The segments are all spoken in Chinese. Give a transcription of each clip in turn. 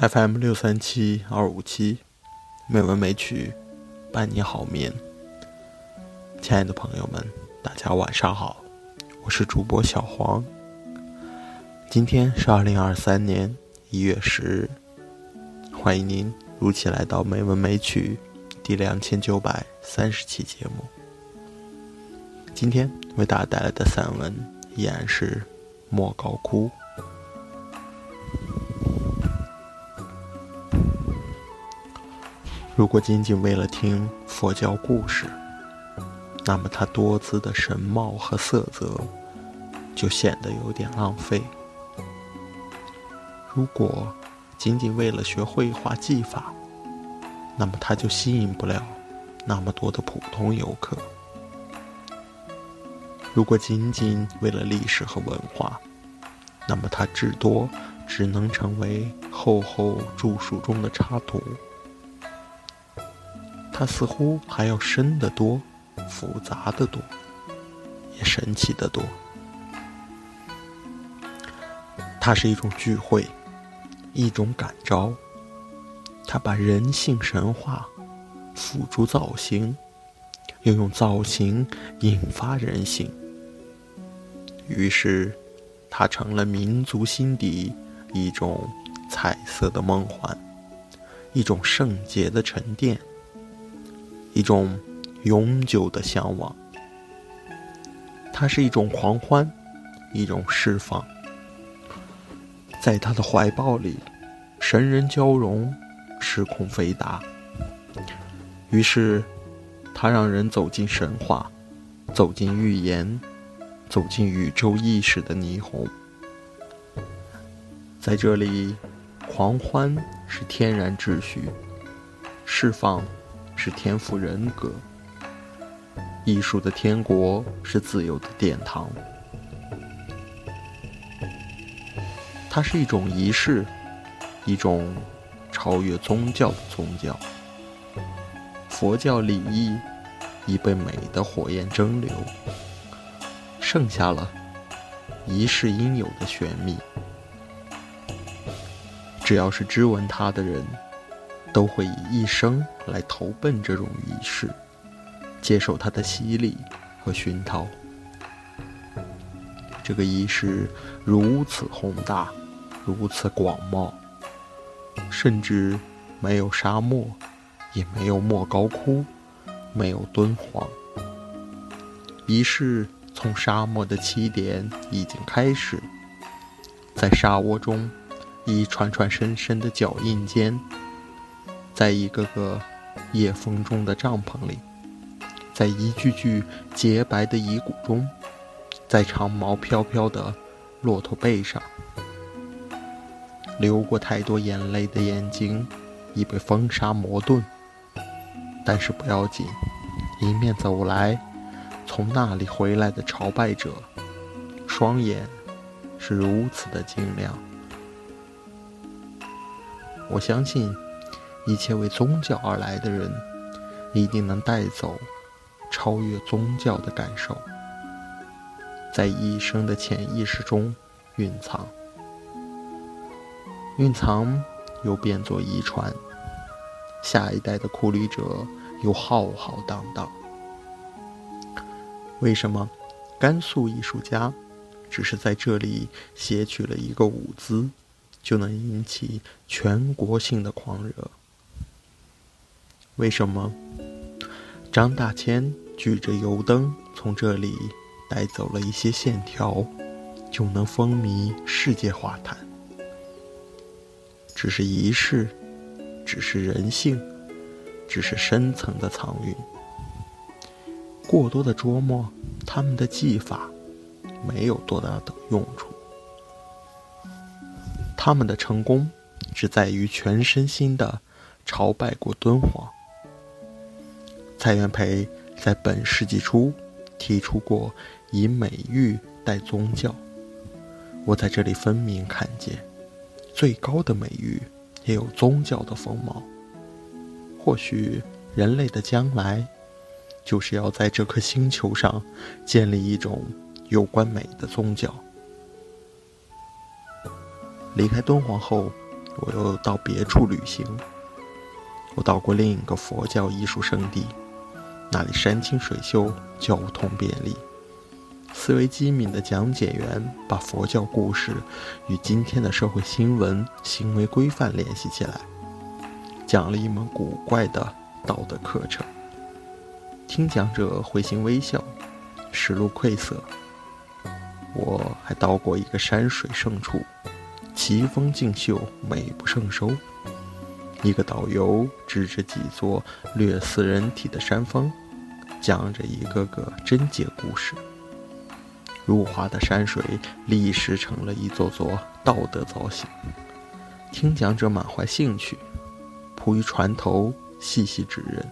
FM637257，美文美曲伴你好眠。亲爱的朋友们，大家晚上好，我是主播小黄。今天是2023年1月10日，欢迎您如期来到美文美曲第2930期节目。今天为大家带来的散文依然是莫高窟。如果仅仅为了听佛教故事，那么它多姿的神貌和色泽就显得有点浪费。如果仅仅为了学绘画技法，那么它就吸引不了那么多的普通游客。如果仅仅为了历史和文化，那么它至多只能成为厚厚著述中的插图。它似乎还要深得多，复杂得多，也神奇得多。它是一种聚会，一种感召。它把人性神话付诸造型，又用造型引发人性。于是它成了民族心底一种彩色的梦幻，一种圣洁的沉淀，一种永久的向往。它是一种狂欢，一种释放。在他的怀抱里，神人交融，时空飞达。于是他让人走进神话，走进预言，走进宇宙意识的霓虹。在这里，狂欢是天然秩序，释放是天赋人格，艺术的天国是自由的殿堂。它是一种仪式，一种超越宗教的宗教。佛教礼仪已被美的火焰蒸馏，剩下了仪式应有的玄秘。只要是知闻它的人，都会以一生来投奔这种仪式，接受它的洗礼和熏陶。这个仪式如此宏大，如此广袤，甚至没有沙漠，也没有莫高窟，没有敦煌。仪式从沙漠的起点已经开始，在沙窝中，一串串深深的脚印间，在一个个夜风中的帐篷里，在一具具洁白的遗骨中，在长毛飘飘的骆驼背上，流过太多眼泪的眼睛已被风沙磨钝。但是不要紧，迎面走来从那里回来的朝拜者，双眼是如此的晶亮。我相信一切为宗教而来的人，一定能带走超越宗教的感受，在一生的潜意识中蕴藏，又变作遗传。下一代的苦旅者又浩浩荡荡。为什么甘肃艺术家只是在这里写取了一个舞姿，就能引起全国性的狂热？为什么张大千举着油灯从这里带走了一些线条，就能风靡世界画坛？只是仪式，只是人性，只是深层的藏蕴。过多的琢磨他们的技法，没有多大的用处。他们的成功只在于全身心地朝拜过敦煌。蔡元培在本世纪初提出过以美育代宗教，我在这里分明看见，最高的美育也有宗教的风貌。或许人类的将来，就是要在这颗星球上建立一种有关美的宗教。离开敦煌后， 我又到别处旅行。我到过另一个佛教艺术圣地，那里山清水秀，交通便利。思维机敏的讲解员把佛教故事与今天的社会新闻、行为规范联系起来，讲了一门古怪的道德课程。听讲者会心微笑，实露愧色。我还到过一个山水胜处，奇峰竞秀，美不胜收。一个导游指着几座略似人体的山峰，讲着一个个贞洁故事。如画的山水立时成了一座座道德造型。听讲者满怀兴趣，扑于船头细细指认。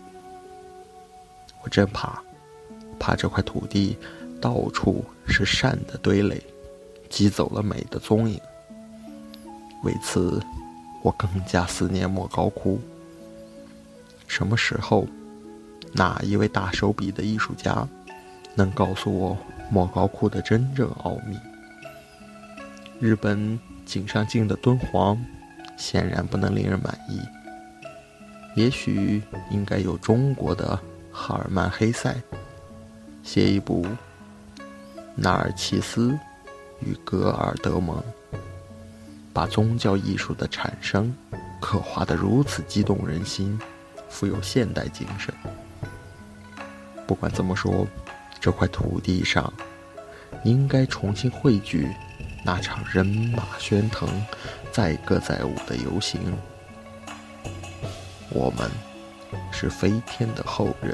我真怕这块土地到处是善的堆垒，挤走了美的踪影。为此我更加思念莫高窟。什么时候，哪一位大手笔的艺术家能告诉我莫高窟的真正奥秘？日本井上镜的敦煌显然不能令人满意，也许应该有中国的哈尔曼黑塞写一部纳尔齐斯与格尔德蒙，把宗教艺术的产生刻画得如此激动人心，富有现代精神。不管怎么说，这块土地上应该重新汇聚那场人马喧腾、载歌载舞的游行。我们是飞天的后人。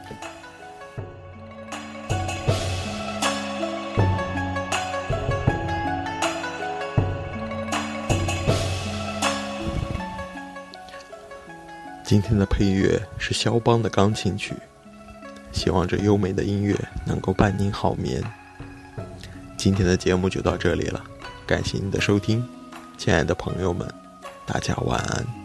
今天的配乐是肖邦的钢琴曲，希望这优美的音乐能够伴您好眠。今天的节目就到这里了，感谢您的收听，亲爱的朋友们，大家晚安。